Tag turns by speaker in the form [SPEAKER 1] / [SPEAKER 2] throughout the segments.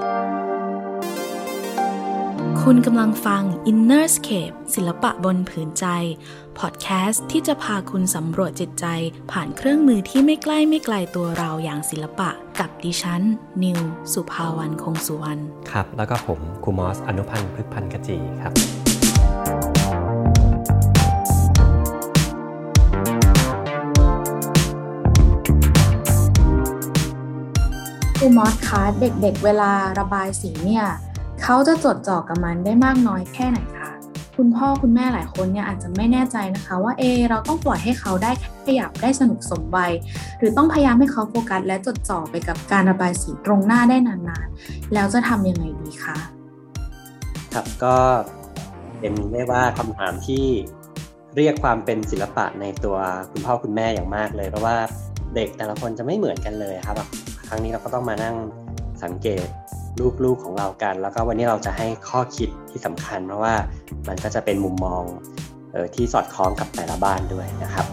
[SPEAKER 1] คุณกำลังฟัง Innerscape ศิลปะบนผืนใจพอดแคสต์ที่จะพาคุณสำรวจจิตใจผ่านเครื่องมือที่ไม่ใกล้ไม่ไกลตัวเราอย่างศิลปะกับดิฉันนิวสุภาวรรณคงสุวรรณ
[SPEAKER 2] ครับแล้วก็ผมครูมอสอนุพันธ์พฤกษ์พันธ์กจีครับ
[SPEAKER 1] ครูมอสคะเด็กๆเวลาระบายสีเนี่ยเขาจะจดจ่อกับมันได้มากน้อยแค่ไหนคะคุณพ่อคุณแม่หลายคนเนี่ยอาจจะไม่แน่ใจนะคะว่าเราต้องปล่อยให้เขาได้ขยับได้สนุกสมวัยหรือต้องพยายามให้เขาโฟกัสและจดจ่อไปกับการระบายสีตรงหน้าได้นานๆแล้วจะทำยังไงดีคะ
[SPEAKER 2] ครับก็เป็นเรียกว่าคำถามที่เรียกความเป็นศิลปะในตัวคุณพ่อคุณแม่อย่างมากเลยเพราะว่าเด็กแต่ละคนจะไม่เหมือนกันเลยครับครั้งนี้เราก็ต้องมานั่งสังเกตลูกๆของเรากันแล้วก็วันนี้เราจะให้ข้อคิดที่สำคัญเพราะว่ามันก็จะเป็นมุมมองที่สอดคล้องกับแต่ละบ้านด้วยนะครับ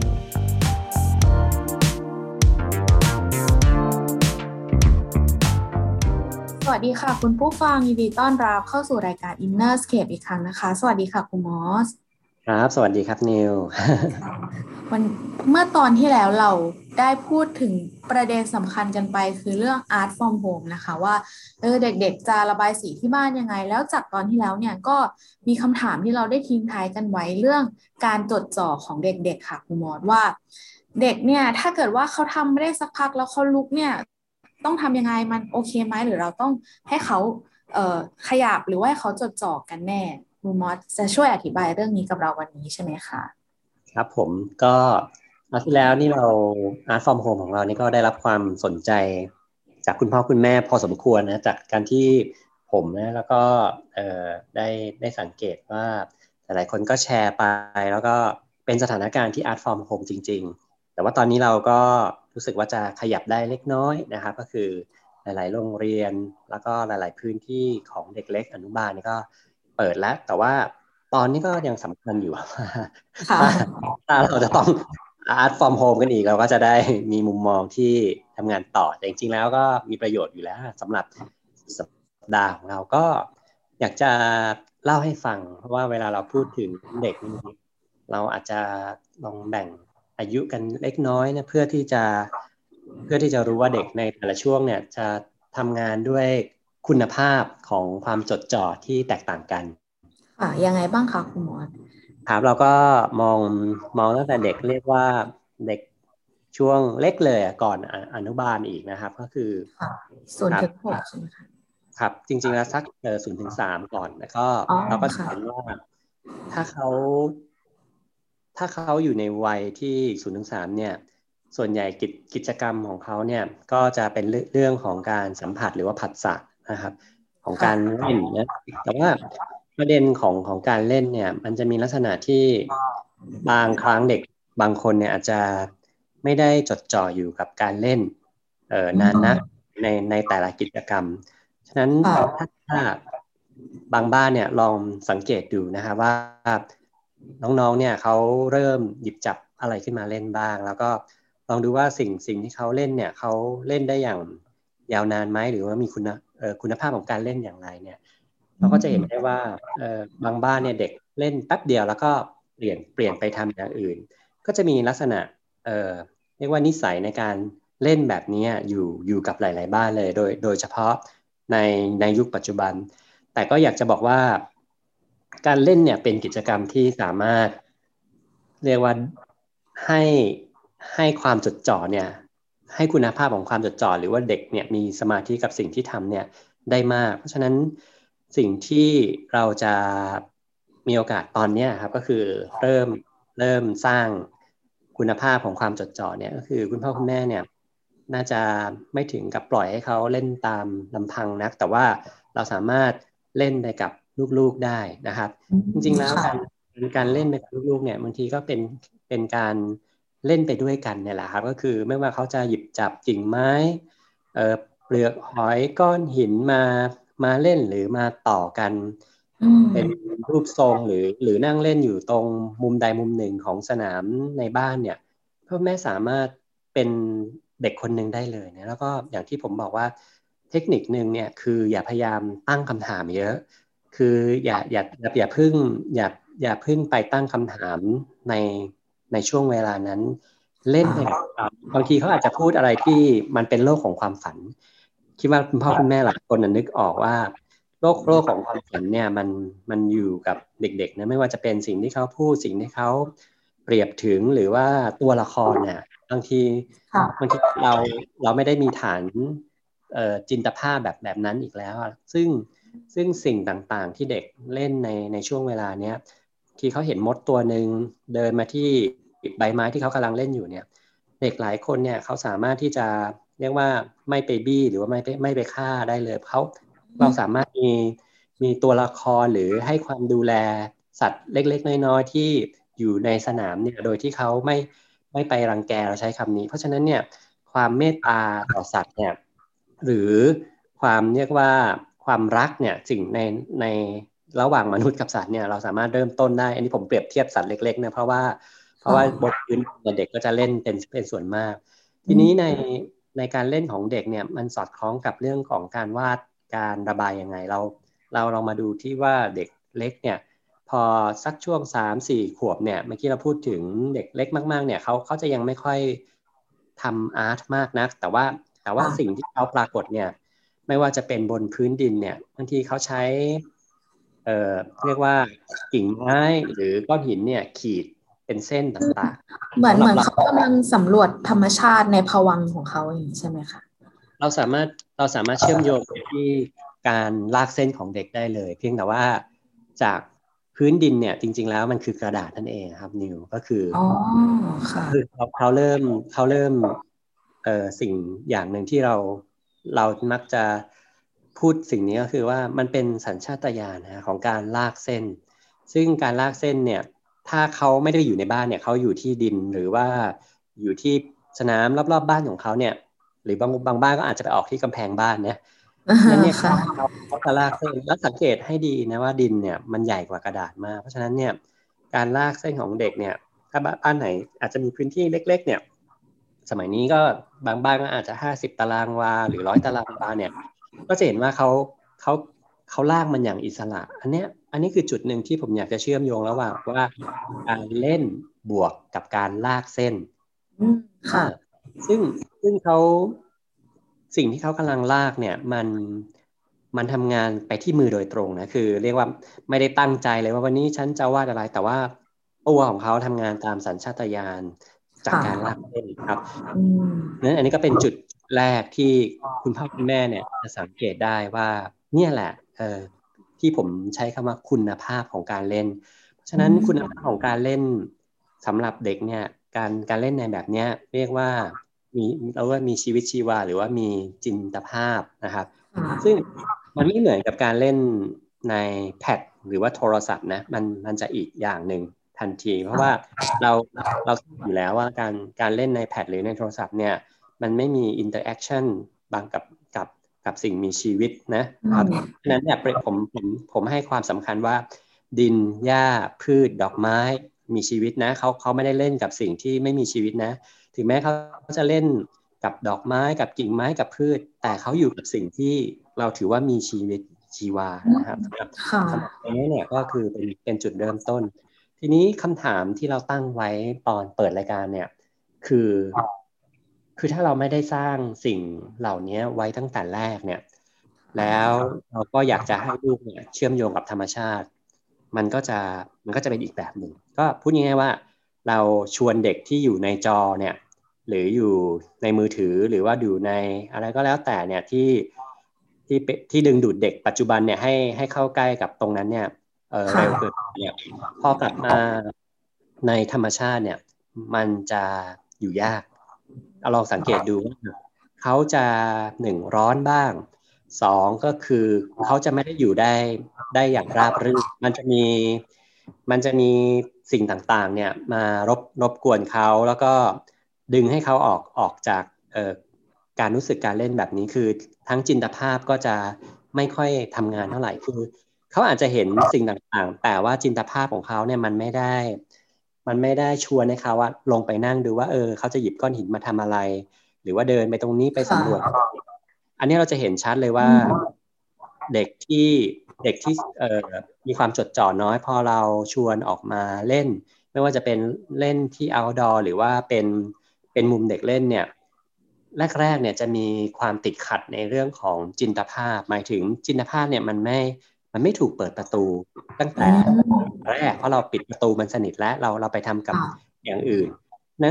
[SPEAKER 1] สวัสดีค่ะคุณผู้ฟังยินดีต้อนรับเข้าสู่รายการ Innerscape อีกครั้งนะคะสวัสดีค่ะคุณมอส
[SPEAKER 2] ครับสวัสดีครับนิว
[SPEAKER 1] เมื่อตอนที่แล้วเราได้พูดถึงประเด็นสำคัญกันไปคือเรื่อง Art from Home นะคะว่าเด็กๆจะระบายสีที่บ้านยังไงแล้วจากตอนที่แล้วเนี่ยก็มีคำถามที่เราได้ทิ้งท้ายกันไว้เรื่องการจดจ่อของเด็กๆค่ะคุณมอสว่าเด็กเนี่ยถ้าเกิดว่าเขาทำไม่ได้สักพักแล้วเขาลุกเนี่ยต้องทำยังไงมันโอเคไหมหรือเราต้องให้เขาขยับหรือว่าให้เขาจดจ่อกันแน่คุณมอสจะช่วยอธิบายเรื่องนี้กับเราวันนี้ใช่ไหมคะ
[SPEAKER 2] ครับผมก็อาทิตย์แล้วนี่เรา Art from Home ของเรานี่ก็ได้รับความสนใจจากคุณพ่อคุณแม่พอสมควรนะจากการที่ผมนะแล้วก็ได้สังเกตว่าหลายๆคนก็แชร์ไปแล้วก็เป็นสถานการณ์ที่ Art from Home จริงๆแต่ว่าตอนนี้เราก็รู้สึกว่าจะขยับได้เล็กน้อยนะครับก็คือหลายๆโรงเรียนแล้วก็หลายๆพื้นที่ของเด็กเล็กอนุบาลนี่ก็เปิดแล้วแต่ว่าตอนนี้ก็ยังสำคัญอยู่ถ้าเราจะต้อง Art from Home กันอีกเราก็จะได้มีมุมมองที่ทำงานต่อแต่จริงๆแล้วก็มีประโยชน์อยู่แล้วสำหรับสัปดาห์ของเราก็อยากจะเล่าให้ฟังเพราะว่าเวลาเราพูดถึงเด็กเราอาจจะลองแบ่งอายุกันเล็กน้อยนะเพื่อที่จะรู้ว่าเด็กในแต่ละช่วงเนี่ยจะทำงานด้วยคุณภาพของความจดจ่อที่แตกต่างกัน
[SPEAKER 1] ยังไงบ้างคะคุณหมอ
[SPEAKER 2] ครับเราก็มองตั้งแต่เด็กเรียกว่าเด็กช่วงเล็กเลยก่อนอนุบาลอีกนะครับก็คือ
[SPEAKER 1] 0-6ใช่ไหมคะ
[SPEAKER 2] ครับจริงๆแล้วสัก0-3ก่อนแล้วก็เราก็จะเห็นว่าถ้าเขาอยู่ในวัยที่0-3เนี่ยส่วนใหญ่กิจกรรมของเขาเนี่ยก็จะเป็นเรื่องของการสัมผัสหรือว่าผัสสะนะครับของการเล่นนะแต่ว่าประเด็นของการเล่นเนี่ยมันจะมีลักษณะที่บางครั้งเด็กบางคนเนี่ยอาจจะไม่ได้จดจ่ออยู่กับการเล่นนานนักในแต่ละกิจกรรมฉะนั้นถ้าบางบ้านเนี่ยลองสังเกตดูนะครับว่าน้องๆเนี่ยเขาเริ่มหยิบจับอะไรขึ้นมาเล่นบ้างแล้วก็ลองดูว่าสิ่งที่เขาเล่นเนี่ยเขาเล่นได้อย่างยาวนานไหมหรือว่ามีคุณภาพของการเล่นอย่างไรเนี่ยเราก็จะเห็นได้ว่าบางบ้านเนี่ยเด็กเล่นแป๊บเดียวแล้วก็เปลี่ยนไปทำอย่างอื่นก็จะมีลักษณะเรียกว่านิสัยในการเล่นแบบนี้อยู่กับหลายๆบ้านเลยโดยเฉพาะในยุคปัจจุบันแต่ก็อยากจะบอกว่าการเล่นเนี่ยเป็นกิจกรรมที่สามารถเรียกว่าให้ความจดจ่อเนี่ยให้คุณภาพของความจดจ่อหรือว่าเด็กเนี่ยมีสมาธิกับสิ่งที่ทำเนี่ยได้มากเพราะฉะนั้นสิ่งที่เราจะมีโอกาสตอนนี้ครับก็คือเริ่มสร้างคุณภาพของความจดจ่อเนี่ยก็คือคุณพ่อคุณแม่เนี่ยน่าจะไม่ถึงกับปล่อยให้เขาเล่นตามลำพังนักแต่ว่าเราสามารถเล่นไปกับลูกๆได้นะครับจริงๆแล้วการเล่นไปกับลูกๆเนี่ยบางทีก็เป็นการเล่นไปด้วยกันเนี่ยแหละครับก็คือไม่ว่าเขาจะหยิบจับกิ่งไม้เปลือกหอยก้อนหินมาเล่นหรือมาต่อกันเป็นรูปทรงหรือนั่งเล่นอยู่ตรงมุมใดมุมหนึ่งของสนามในบ้านเนี่ยพ่อแม่สามารถเป็นเด็กคนหนึ่งได้เลยนะแล้วก็อย่างที่ผมบอกว่าเทคนิคหนึ่งเนี่ยคืออย่าพยายามตั้งคำถามเยอะคืออย่าพึ่งอย่าอย่าพึ่งไปตั้งคำถามในในช่วงเวลานั้นเล่นไปกับเขาบางทีเขาอาจจะพูดอะไรที่มันเป็นโลกของความฝันคิดว่าคุณพ่อคุณแม่หลายคนนึกออกว่าโลกของความฝันเนี่ยมันอยู่กับเด็กๆนะไม่ว่าจะเป็นสิ่งที่เขาพูดสิ่งที่เขาเปรียบถึงหรือว่าตัวละครเนี่ยบางทีเราไม่ได้มีฐานจินตภาพแบบนั้นอีกแล้วซึ่งสิ่งต่างๆที่เด็กเล่นในช่วงเวลาเนี้ยที่เขาเห็นมดตัวหนึ่งเดินมาที่ใบไม้ที่เขากำลังเล่นอยู่เนี่ยเด็กหลายคนเนี่ยเขาสามารถที่จะเรียกว่าไม่ไปบี้หรือว่าไม่ไปฆ่าได้เลยเราสามารถมีตัวละครหรือให้ความดูแลสัตว์เล็กๆน้อยๆที่อยู่ในสนามเนี่ยโดยที่เขาไม่ไปรังแกเราใช้คำนี้เพราะฉะนั้นเนี่ยความเมตตาต่อสัตว์เนี่ยหรือความเรียกว่าความรักเนี่ยสิ่งในระหว่างมนุษย์กับสัตว์เนี่ยเราสามารถเริ่มต้นได้อันนี้ผมเปรียบเทียบสัตว์เล็กๆนะเพราะว่าบนพื้นเด็กก็จะเล่นเป็นส่วนมากทีนี้ในการเล่นของเด็กเนี่ยมันสอดคล้องกับเรื่องของการวาดการระบายยังไงเราลองมาดูที่ว่าเด็กเล็กเนี่ยพอสักช่วง3-4 ขวบเนี่ยเมื่อกี้เราพูดถึงเด็กเล็กมากๆเนี่ยเขาจะยังไม่ค่อยทำอาร์ตมากนักแต่ว่าสิ่งที่เขาปรากฏเนี่ยไม่ว่าจะเป็นบนพื้นดินเนี่ยบางทีเขาใช้เรียกว่ากิ่งไม้หรือก้อนหินเนี่ยขีดเป็นเส้นต่างๆ
[SPEAKER 1] เหมือนเขากำลังสำรวจธรรมชาติในภวังค์ของเขาอย่างนี้ใช่ไหมคะ
[SPEAKER 2] เราสามารถเชื่อมโยงไปที่การลากเส้นของเด็กได้เลยเพียงแต่ว่าจากพื้นดินเนี่ยจริงๆแล้วมันคือกระดาษนั่นเองครับนิวก็คือ
[SPEAKER 1] ค่ะ
[SPEAKER 2] คือเขาเริ่มสิ่งอย่างหนึ่งที่เรามักจะพูดสิ่งนี้ก็คือว่ามันเป็นสัญชาตญาณของการลากเส้นซึ่งการลากเส้นเนี่ยถ้าเขาไม่ได้อยู่ในบ้านเนี่ยเขาอยู่ที่ดินหรือว่าอยู่ที่สนามรอบๆบ้านของเขาเนี่ยหรือบางบ้านก็อาจจะไปออกที่กำแพงบ้านเนี่ยนั้นเนี่ยเขาจะลากเส้นแล้วสังเกตให้ดีนะว่าดินเนี่ยมันใหญ่กว่ากระดาษมากเพราะฉะนั้นเนี่ยการลากเส้นของเด็กเนี่ยถ้าบ้านไหนอาจจะมีพื้นที่เล็กๆเนี่ยสมัยนี้ก็บางบ้านก็อาจจะ50 ตารางวาหรือ100 ตารางวาเนี่ยก็จะเห็นว่าเขาลากมันอย่างอิสระอันนี้คือจุดหนึ่งที่ผมอยากจะเชื่อมโยงระหว่างว่าการเล่นบวกกับการลากเส้น
[SPEAKER 1] ค่ะ
[SPEAKER 2] ซึ่งสิ่งที่เขากำลังลากเนี่ยมันทำงานไปที่มือโดยตรงนะคือเรียกว่าไม่ได้ตั้งใจเลยว่าวันนี้ฉันจะวาดอะไรแต่ว่าตัวของเขาทำงานตามสัญชาตญาณจากการลากเส้นครับนั้นอันนี้ก็เป็นจุดแรกที่คุณพ่อคุณแม่เนี่ยจะสังเกตได้ว่าเนี่ยแหละที่ผมใช้คำว่าคุณภาพของการเล่นเพราะฉะนั้นคุณภาพของการเล่นสำหรับเด็กเนี่ยการเล่นในแบบนี้เรียกว่าเราว่ามีชีวิตชีวาหรือว่ามีจินตภาพนะครับซึ่งมันไม่เหมือนกับการเล่นในแพดหรือว่าโทรศัพท์นะมันจะอีกอย่างหนึ่งทันทีเพราะว่าเราอยู่แล้วว่าการเล่นในแพดหรือในโทรศัพท์เนี่ยมันไม่มีอินเตอร์แอคชั่นบางกับสิ่งมีชีวิตนะครับฉะนั้นเนี่ยผมให้ความสำคัญว่าดินหญ้าพืชดอกไม้มีชีวิตนะเขาไม่ได้เล่นกับสิ่งที่ไม่มีชีวิตนะถึงแม้เขาจะเล่นกับดอกไม้กับกิ่งไม้กับพืชแต่เขาอยู่กับสิ่งที่เราถือว่ามีชีวิตชีวานะครับสำหรับนี้เนี่ยก็คือเป็นจุดเริ่มต้นทีนี้คำถามที่เราตั้งไว้ตอนเปิดรายการเนี่ยคือถ้าเราไม่ได้สร้างสิ่งเหล่านี้ไว้ตั้งแต่แรกเนี่ยแล้วเราก็อยากจะให้ลูกเนี่ยเชื่อมโยงกับธรรมชาติมันก็จะเป็นอีกแบบหนึ่งก็พูดง่ายๆว่าเราชวนเด็กที่อยู่ในจอเนี่ยหรืออยู่ในมือถือหรือว่าอยู่ในอะไรก็แล้วแต่เนี่ยที่ดึงดูดเด็กปัจจุบันเนี่ยให้เข้าใกล้กับตรงนั้นเนี่ยเร็วเกินเนี่ยพอกลับมาในธรรมชาติเนี่ยมันจะอยู่ยากเราลองสังเกตดูว่าเขาจะร้อนบ้าง2ก็คือเขาจะไม่ได้อยู่ได้อย่างราบรื่นมันจะมีสิ่งต่างๆเนี่ยมารบกวนเขาแล้วก็ดึงให้เขาออกจากการรู้สึกการเล่นแบบนี้คือทั้งจินตภาพก็จะไม่ค่อยทำงานเท่าไหร่คือเขาอาจจะเห็นสิ่งต่างๆแต่ว่าจินตภาพของเขาเนี่ยมันไม่ได้ชวนให้เขาว่าลงไปนั่งดูว่าเขาจะหยิบก้อนหินมาทำอะไรหรือว่าเดินไปตรงนี้ไปสำรวจอันนี้เราจะเห็นชัดเลยว่าเด็กที่เด็กที่มีความจดจ่อน้อยพอเราชวนออกมาเล่นไม่ว่าจะเป็นเล่นที่ outdoor หรือว่าเป็นมุมเด็กเล่นเนี่ยแรกๆเนี่ยจะมีความติดขัดในเรื่องของจินตภาพหมายถึงจินตภาพเนี่ยมันไม่ถูกเปิดประตูตั้งแต่แรกเพราะเราปิดประตูมันสนิทแล้วเราไปทำกับอย่างอื่นนั้น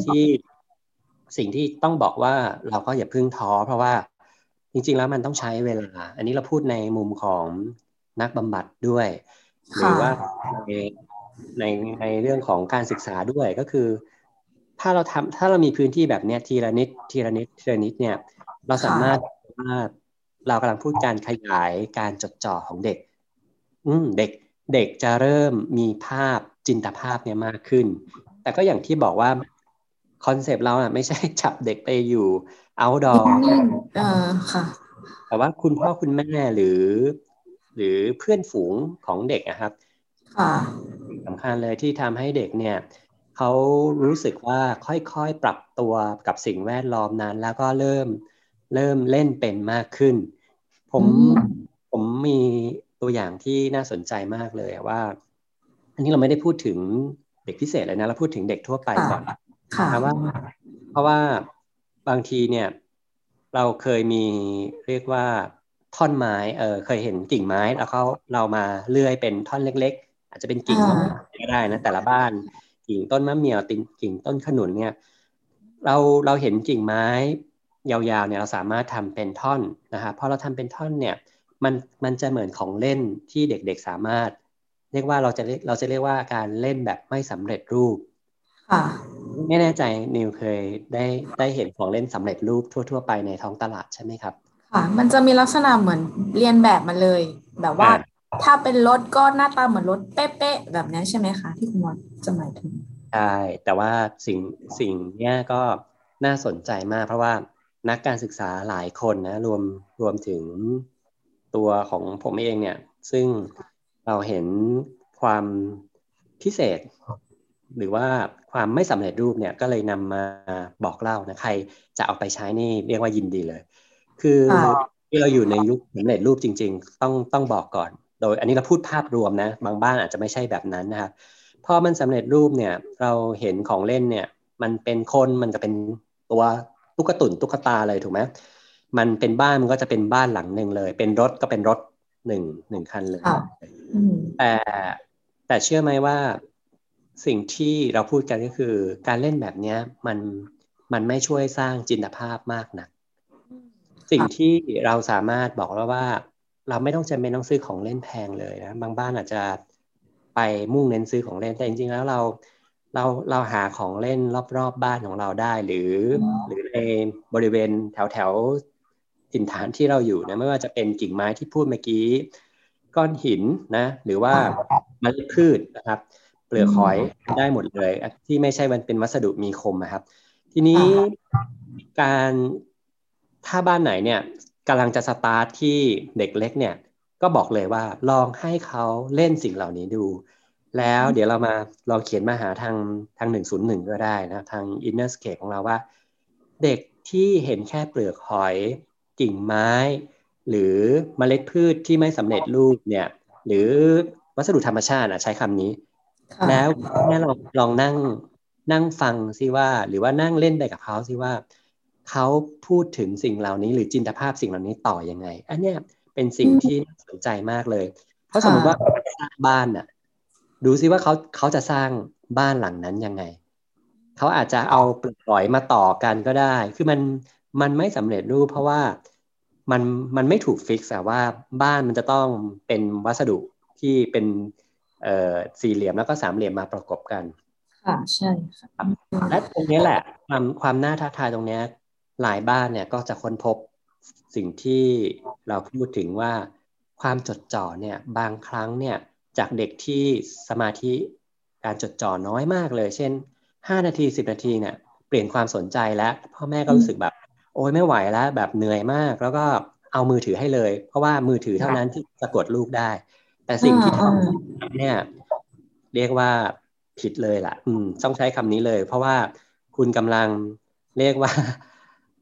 [SPEAKER 2] สิ่งที่ต้องบอกว่าเราก็อย่าเพิ่งท้อเพราะว่าจริงๆแล้วมันต้องใช้เวลาอันนี้เราพูดในมุมของนักบำบัดด้วยหรือว่าในในในเรื่องของการศึกษาด้วยก็คือถ้าเรามีพื้นที่แบบเนี้ยทีละนิดทีละนิดทีละนิดเนี่ยเราสามารถว่าเรากำลังพูดการขยายการจดจ่อของเด็กเด็กจะเริ่มมีภาพจินตภาพเนี่ยมากขึ้นแต่ก็อย่างที่บอกว่าคอนเซปต์เราไม่ใช่จับเด็กไปอยู่ outdoor
[SPEAKER 1] นิ่งค่ะ
[SPEAKER 2] แต่ว่าคุณพ่อคุณแม่หรือเพื่อนฝูงของเด็กนะครับสำคัญเลยที่ทำให้เด็กเนี่ยเขารู้สึกว่าค่อยๆปรับตัวกับสิ่งแวดล้อมนั้นแล้วก็เริ่มเล่นเป็นมากขึ้นผมมีตัวอย่างที่น่าสนใจมากเลยว่าอันนี้เราไม่ได้พูดถึงเด็กพิเศษเลยนะเราพูดถึงเด็กทั่วไปก่อนเพราะว่าบางทีเนี่ยเราเคยมีเรียกว่าท่อนไม้เคยเห็นกิ่งไม้แล้วเรามาเลื่อยเป็นท่อนเล็กๆอาจจะเป็นกิ่งมะม่วงก็ได้นะแต่ละบ้านกิ่งต้นมะเหมี่ยวกิ่งต้นขนุนเนี่ยเราเห็นกิ่งไม้ยาวๆเนี่ยเราสามารถทำเป็นท่อนนะครับพอเราทำเป็นท่อนเนี่ยมันจะเหมือนของเล่นที่เด็กๆสามารถเรียกว่าเราจะเรียกว่าการเล่นแบบไม่สำเร็จรูปไม่แน่ใจนิวเคยได้เห็นของเล่นสำเร็จรูปทั่วๆไปในท้องตลาดใช่ไหมครับ
[SPEAKER 1] ค่ะมันจะมีลักษณะเหมือนเรียนแบบมาเลยแบบว่าถ้าเป็นรถก็หน้าตาเหมือนรถเป๊ะๆแบบนี้ใช่ไหมคะที่คุณมอสจะหมายถึง
[SPEAKER 2] ใช่แต่ว่าสิ่งเนี้ยก็น่าสนใจมากเพราะว่านักการศึกษาหลายคนนะรวมถึงตัวของผมเองเนี่ยซึ่งเราเห็นความพิเศษหรือว่าความไม่สำเร็จรูปเนี่ยก็เลยนำมาบอกเล่านะใครจะเอาไปใช้นี่เรียกว่ายินดีเลยคือที่เราอยู่ในยุคสำเร็จรูปจริงๆต้องบอกก่อนโดยอันนี้เราพูดภาพรวมนะบางบ้านอาจจะไม่ใช่แบบนั้นนะครับพอมันสำเร็จรูปเนี่ยเราเห็นของเล่นเนี่ยมันเป็นคนมันจะเป็นตัวตุ๊กตุ่นตุ๊กตาเลยถูกไหมมันเป็นบ้านมันก็จะเป็นบ้านหลังหนึ่งเลยเป็นรถก็เป็นรถหนึ่งคันเลยแต่แต่เชื่อไหมว่าสิ่งที่เราพูดกันก็คือการเล่นแบบนี้มันไม่ช่วยสร้างจินตภาพมากนักสิ่งที่เราสามารถบอกแล้วว่าเราไม่ต้องจำเป็นต้องซื้อของเล่นแพงเลยนะบางบ้านอาจจะไปมุ่งเน้นซื้อของเล่นแต่จริงๆแล้วเราหาของเล่นรอบๆบ้านของเราได้หรือในบริเวณแถวถิ่นฐานที่เราอยู่นะไม่ว่าจะเป็นกิ่งไม้ที่พูดเมื่อกี้ก้อนหินนะหรือว่าเมล็ดพืชนะครับเปลือกหอยได้หมดเลยที่ไม่ใช่มันเป็นวัสดุมีคมนะครับทีนี้การถ้าบ้านไหนเนี่ยกำลังจะสตาร์ทที่เด็กเล็กเนี่ยก็บอกเลยว่าลองให้เขาเล่นสิ่งเหล่านี้ดูแล้วเดี๋ยวเรามาลองเขียนมาหาทาง101ก็ได้นะทาง Innerscape ของเราว่าเด็กที่เห็นแค่เปลือกหอยกิ่งไม้หรือเมล็ดพืชที่ไม่สำเร็จรูปเนี่ยหรือวัสดุธรรมชาติใช้คำนี้แล้วแม่ลองนั่งฟังซิว่าหรือว่านั่งเล่นไปกับเขาซิว่าเขาพูดถึงสิ่งเหล่านี้หรือจินตภาพสิ่งเหล่านี้ต่อยังไงอันเนี้ยเป็นสิ่งที่น่าสนใจมากเลยเพราะสมมติว่าสร้างบ้านน่ะดูซิว่าเขาจะสร้างบ้านหลังนั้นยังไงเขาอาจจะเอาเปลือกหอยมาต่อกันก็ได้คือมันไม่สำเร็จรูปเพราะว่ามันมันไม่ถูกฟิกซ์ว่าบ้านมันจะต้องเป็นวัสดุที่เป็นสี่เหลี่ยมแล้วก็สามเหลี่ยมมาประกบกัน
[SPEAKER 1] ค่ะใช่ค่ะ
[SPEAKER 2] และตรงนี้แหละความน่าท้าทายตรงนี้หลายบ้านเนี่ยก็จะค้นพบสิ่งที่เราพูดถึงว่าความจดจ่อเนี่ยบางครั้งเนี่ยจากเด็กที่สมาธิการจดจ่อน้อยมากเลยเช่น5 นาที10 นาทีเนี่ยเปลี่ยนความสนใจแล้วพ่อแม่ก็รู้สึกแบบโอ้ยไม่ไหวแล้วแบบเหนื่อยมากแล้วก็เอามือถือให้เลยเพราะว่ามือถือเท่านั้นที่จะกดลูกได้แต่สิ่งที่ทำเนี่ยเรียกว่าผิดเลยล่ะต้องใช้คำนี้เลยเพราะว่าคุณกำลังเรียกว่า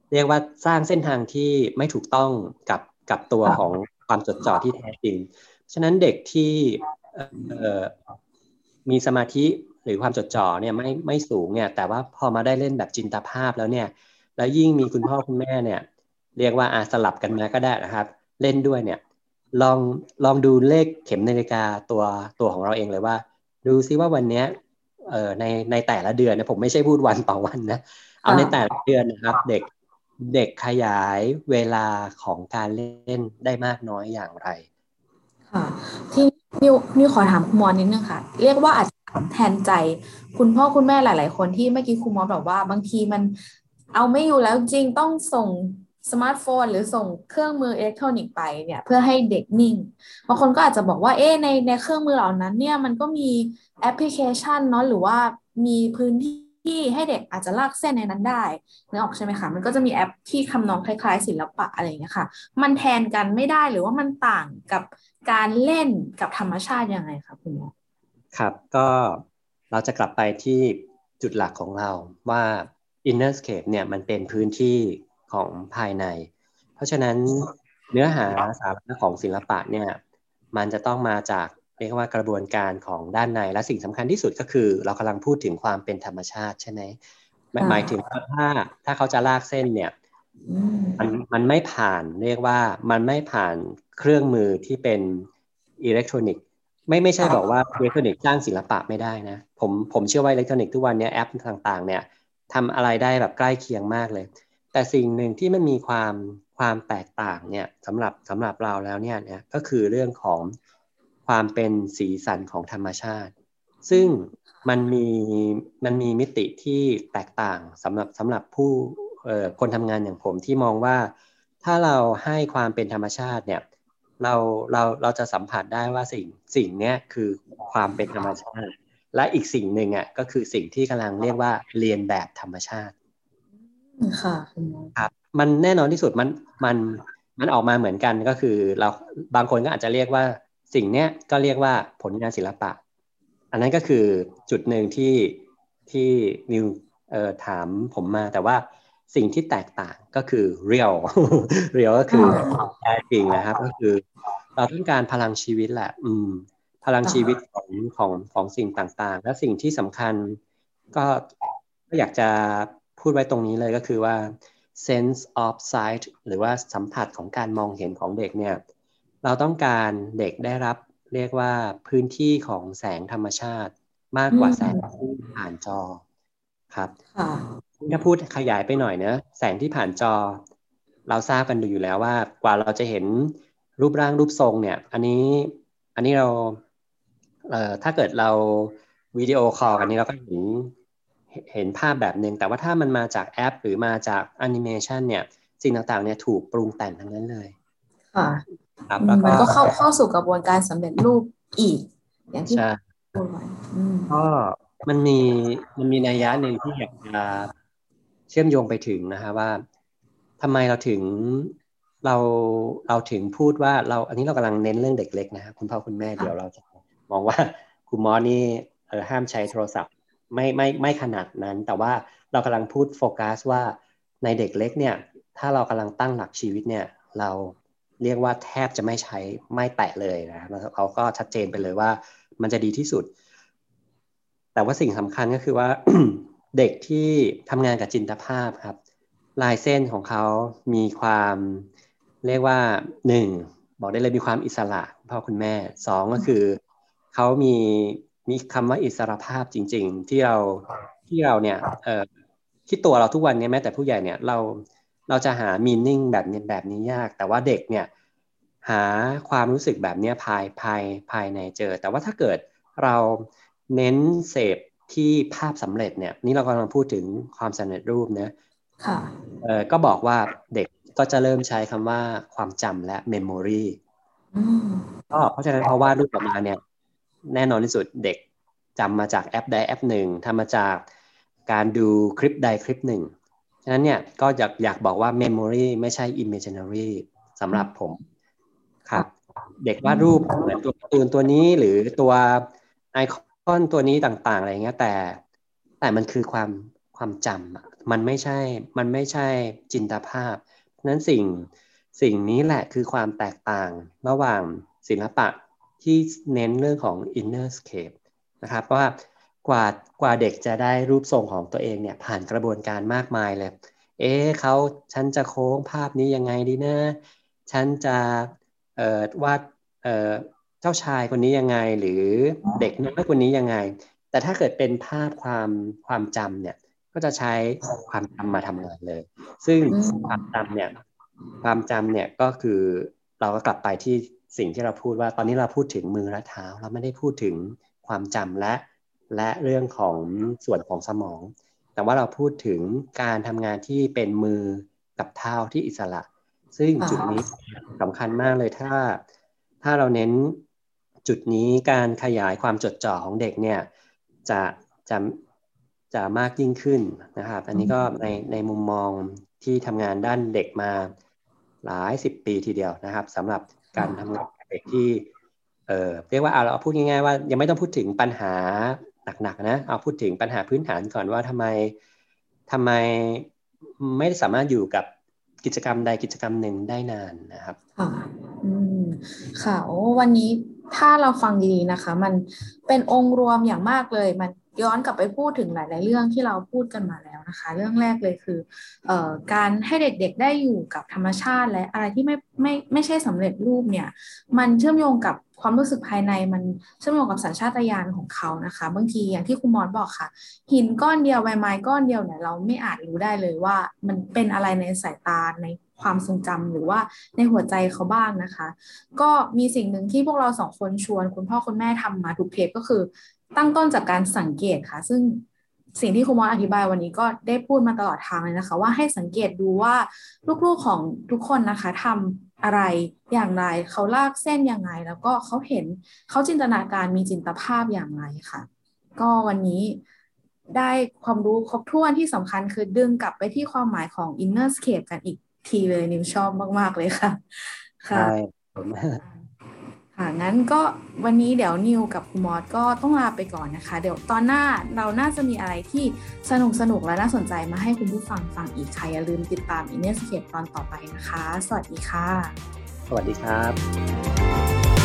[SPEAKER 2] เรียกว่าสร้างเส้นทางที่ไม่ถูกต้องกับตัวของความจดจ่อที่แท้จริงฉะนั้นเด็กที่มีสมาธิหรือความจดจ่อเนี่ยไม่สูงเนี่ยแต่ว่าพอมาได้เล่นแบบจินตภาพแล้วเนี่ยแล้วยิ่งมีคุณพ่อคุณแม่เนี่ยเรียกว่าสลับกันมาก็ได้นะครับเล่นด้วยเนี่ยลองดูเลขเข็มนาฬิกาตัวของเราเองเลยว่าดูซิว่าวันนี้ในแต่ละเดือนนะผมไม่ใช่พูดวันต่อวันนะเอาในแต่ละเดือนนะครับเด็กขยายเวลาของการเล่นได้มากน้อยอย่างไร
[SPEAKER 1] ค่ะที่นิวขอถามคุณมอนิดนึงค่ะเรียกว่าอาจจะถามแทนใจคุณพ่อคุณแม่หลายๆคนที่เมื่อกี้คุณมอบอกว่าบางทีมันเอาไม่อยู่แล้วจริงต้องส่งสมาร์ทโฟนหรือส่งเครื่องมืออิเล็กทรอนิกส์ไปเนี่ยเพื่อให้เด็กนิ่งบางคนก็อาจจะบอกว่าในเครื่องมือเหล่านั้นเนี่ยมันก็มีแอปพลิเคชันเนาะหรือว่ามีพื้นที่ให้เด็กอาจจะลากเส้นในนั้นได้นึกออกใช่ไหมคะมันก็จะมีแอปที่ทำนองคล้ายๆศิลปะอะไรอย่างเงี้ยค่ะมันแทนกันไม่ได้หรือว่ามันต่างกับการเล่นกับธรรมชาติยังไงคะคุณหมอ
[SPEAKER 2] ครับก็เราจะกลับไปที่จุดหลักของเราว่า inner scape เนี่ยมันเป็นพื้นที่ของภายในเพราะฉะนั้นเนื้อหาสาระของศิลปะเนี่ยมันจะต้องมาจากเรียกว่ากระบวนการของด้านในและสิ่งสำคัญที่สุดก็คือเรากำลังพูดถึงความเป็นธรรมชาติใช่ไหมหมายถึงว่าถ้าเขาจะลากเส้นเนี่ยมันไม่ผ่านเรียกว่ามันไม่ผ่านเครื่องมือที่เป็นอิเล็กทรอนิกส์ไม่ใช่บอกว่าอิเล็กทรอนิกส์สร้างศิลปะไม่ได้นะผมเชื่อว่าอิเล็กทรอนิกส์ทุกวันนี้แอปต่างๆเนี่ยทำอะไรได้แบบใกล้เคียงมากเลยแต่สิ่งหนึ่งที่มันมีความแตกต่างเนี่ยสำหรับเราแล้วเนี่ยก็คือเรื่องของความเป็นสีสันของธรรมชาติซึ่งมันมีมิติที่แตกต่างสำหรับคนทำงานอย่างผมที่มองว่าถ้าเราให้ความเป็นธรรมชาติเนี่ยเราจะสัมผัสได้ว่าสิ่งเนี้ยคือความเป็นธรรมชาติและอีกสิ่งหนึ่งอ่ะก็คือสิ่งที่กำลังเรียกว่าเรียนแบบธรรมชาติ
[SPEAKER 1] ค่ะคุณหมอ
[SPEAKER 2] ครับมันแน่นอนที่สุดมันมันออกมาเหมือนกันก็คือเราบางคนก็อาจจะเรียกว่าสิ่งเนี้ยก็เรียกว่าผลงานศิลปะอันนั้นก็คือจุดหนึ่งที่มิวถามผมมาแต่ว่าสิ่งที่แตกต่างก็คือ real real ก็คือแท้จริงนะครับก็คือเราต้องการพลังชีวิตแหละพลังชีวิตของสิ่งต่างๆและสิ่งที่สำคัญก็อยากจะพูดไว้ตรงนี้เลยก็คือว่า sense of sight หรือว่าสัมผัสของการมองเห็นของเด็กเนี่ยเราต้องการเด็กได้รับเรียกว่าพื้นที่ของแสงธรรมชาติมากกว่าแสงที่ผ่านจอครับถ้าพูดขยายไปหน่อยเนะแสงที่ผ่านจอเราทราบกันอยู่แล้วว่ากว่าเราจะเห็นรูปร่างรูปทรงเนี่ยอันนี้เราถ้าเกิดเราวิดีโอคอลกันนี้เราก็เห็นภาพแบบหนึ่งแต่ว่าถ้ามันมาจากแอปหรือมาจากแอนิเมชันเนี่ยสิ่งต่างๆเนี่ยถูกปรุงแต่งทั้งนั้นเลย
[SPEAKER 1] ค่ะ
[SPEAKER 2] ครับแล้ว
[SPEAKER 1] มัน
[SPEAKER 2] ก็
[SPEAKER 1] ก็เข้าสู่กระบวนการสำเร็จรูปอีกอย่างที่
[SPEAKER 2] ใช่
[SPEAKER 1] พูดไว้
[SPEAKER 2] ก็มันมีนัยยะหนึ่งที่อยากจะเชื่อมโยงไปถึงนะฮะว่าทำไมเราเราถึงพูดว่าอันนี้เรากำลังเน้นเรื่องเด็กเล็กนะครับคุณพ่อคุณแม่เดี๋ยวเราจะมองว่าคุณหมอนี่ห้ามใช้โทรศัพท์ไม่ขนาดนั้นแต่ว่าเรากำลังพูดโฟกัสว่าในเด็กเล็กเนี่ยถ้าเรากำลังตั้งหลักชีวิตเนี่ยเราเรียกว่าแทบจะไม่ใช้ไม่แตะเลยนะครับเขาก็ชัดเจนไปเลยว่ามันจะดีที่สุดแต่ว่าสิ่งสำคัญก็คือว่า เด็กที่ทำงานกับจินตภาพครับลายเส้นของเขามีความเรียกว่าหนึ่งบอกได้เลยมีความอิสระพ่อคุณแม่สองก็คือเขามีคำว่าอิสรภาพจริงๆที่เราเนี่ยที่ตัวเราทุกวันนี้แม้แต่ผู้ใหญ่เนี่ยเราจะหามีนิ่งแบบนี้ยากแต่ว่าเด็กเนี่ยหาความรู้สึกแบบนี้ภายในเจอแต่ว่าถ้าเกิดเราเน้นเสพที่ภาพสำเร็จเนี่ยนี่เรากำลังพูดถึงความสำเร็จรูปนะ
[SPEAKER 1] ค่ะ
[SPEAKER 2] ก็บอกว่าเด็กก็จะเริ่มใช้คำว่าความจำและ memory ก็เพราะฉะนั้นพอวาดรูปออกมาเนี่ยแน่นอนที่สุดเด็กจำมาจากแอปใดแอปหนึ่งทำมาจากการดูคลิปใดคลิปหนึ่งฉะนั้นเนี่ยก็อยากบอกว่า memory ไม่ใช่ imaginary สำหรับผมครับเด็กวาดรูปเหมือนตัวการ์ตูนตัวนี้หรือตัวไอคอนตัวนี้ต่างๆอะไรเงี้ยแต่มันคือความจำมันไม่ใช่จินตภาพนั้นสิ่งนี้แหละคือความแตกต่างระหว่างศิลปะที่เน้นเรื่องของ inner scape นะครับว่ากว่าเด็กจะได้รูปทรงของตัวเองเนี่ยผ่านกระบวนการมากมายเลยฉันจะโค้งภาพนี้ยังไงดีนะฉันจะวาดเจ้าชายคนนี้ยังไงหรือเด็กน้อยคนนี้ยังไงแต่ถ้าเกิดเป็นภาพความจำเนี่ยก็จะใช้ความจำมาทำงานเลยซึ่งความจำเนี่ยก็คือเราก็กลับไปที่สิ่งที่เราพูดว่าตอนนี้เราพูดถึงมือและเท้าเราไม่ได้พูดถึงความจำและเรื่องของส่วนของสมองแต่ว่าเราพูดถึงการทำงานที่เป็นมือกับเท้าที่อิสระซึ่งจุดนี้สำคัญมากเลยถ้าเราเน้นจุดนี้การขยายความจดจ่อของเด็กเนี่ยจะมากยิ่งขึ้นนะครับอันนี้ก็ในมุมมองที่ทำงานด้านเด็กมาหลาย10 ปีทีเดียวนะครับสำหรับการทำงานกับเด็กที่เรียกว่าเราพูดง่ายๆว่ายังไม่ต้องพูดถึงปัญหาหนักๆนะเอาพูดถึงปัญหาพื้นฐานก่อนว่าทำไมไม่สามารถอยู่กับกิจกรรมใดกิจกรรมหนึ่งได้นานนะครับ
[SPEAKER 1] ค่ะวันนี้ถ้าเราฟังดีๆนะคะมันเป็นองค์รวมอย่างมากเลยมันย้อนกลับไปพูดถึงหลายๆเรื่องที่เราพูดกันมาแล้วนะคะเรื่องแรกเลยคือการให้เด็กๆได้อยู่กับธรรมชาติและอะไรที่ไม่ใช่สำเร็จรูปเนี่ยมันเชื่อมโยงกับความรู้สึกภายในมันเชื่อมโยงกับสัญชาตญาณของเขานะคะบางทีอย่างที่คุณมอสบอกค่ะหินก้อนเดียวใบไม้ก้อนเดียวเนี่ยเราไม่อาจรู้ได้เลยว่ามันเป็นอะไรในสายตาในความทรงจำหรือว่าในหัวใจเขาบ้างนะคะก็มีสิ่งหนึ่งที่พวกเราสองคนชวนคุณพ่อคุณแม่ทำมาทุกเทปก็คือตั้งต้นจากการสังเกตค่ะซึ่งสิ่งที่คุณมอสอธิบายวันนี้ก็ได้พูดมาตลอดทางเลยนะคะว่าให้สังเกตดูว่าลูกๆของทุกคนนะคะทำอะไรอย่างไรเขาลากเส้นยังไงแล้วก็เขาเห็นเขาจินตนาการมีจินตภาพอย่างไรค่ะก็วันนี้ได้ความรู้ครบถ้วนที่สำคัญคือดึงกลับไปที่ความหมายของ inner scape กันอีกทีเลยนิวชอบมากๆเลยค่ะค่ะงั้นก็วันนี้เดี๋ยวนิวกับคุณมอสก็ต้องลาไปก่อนนะคะเดี๋ยวตอนหน้าเราน่าจะมีอะไรที่สนุกและน่าสนใจมาให้คุณผู้ฟังอีกค่ะอย่าลืมติดตาม Inner Scape ตอนต่อไปนะคะสวัสดีค่ะ
[SPEAKER 2] สวัสดีครับ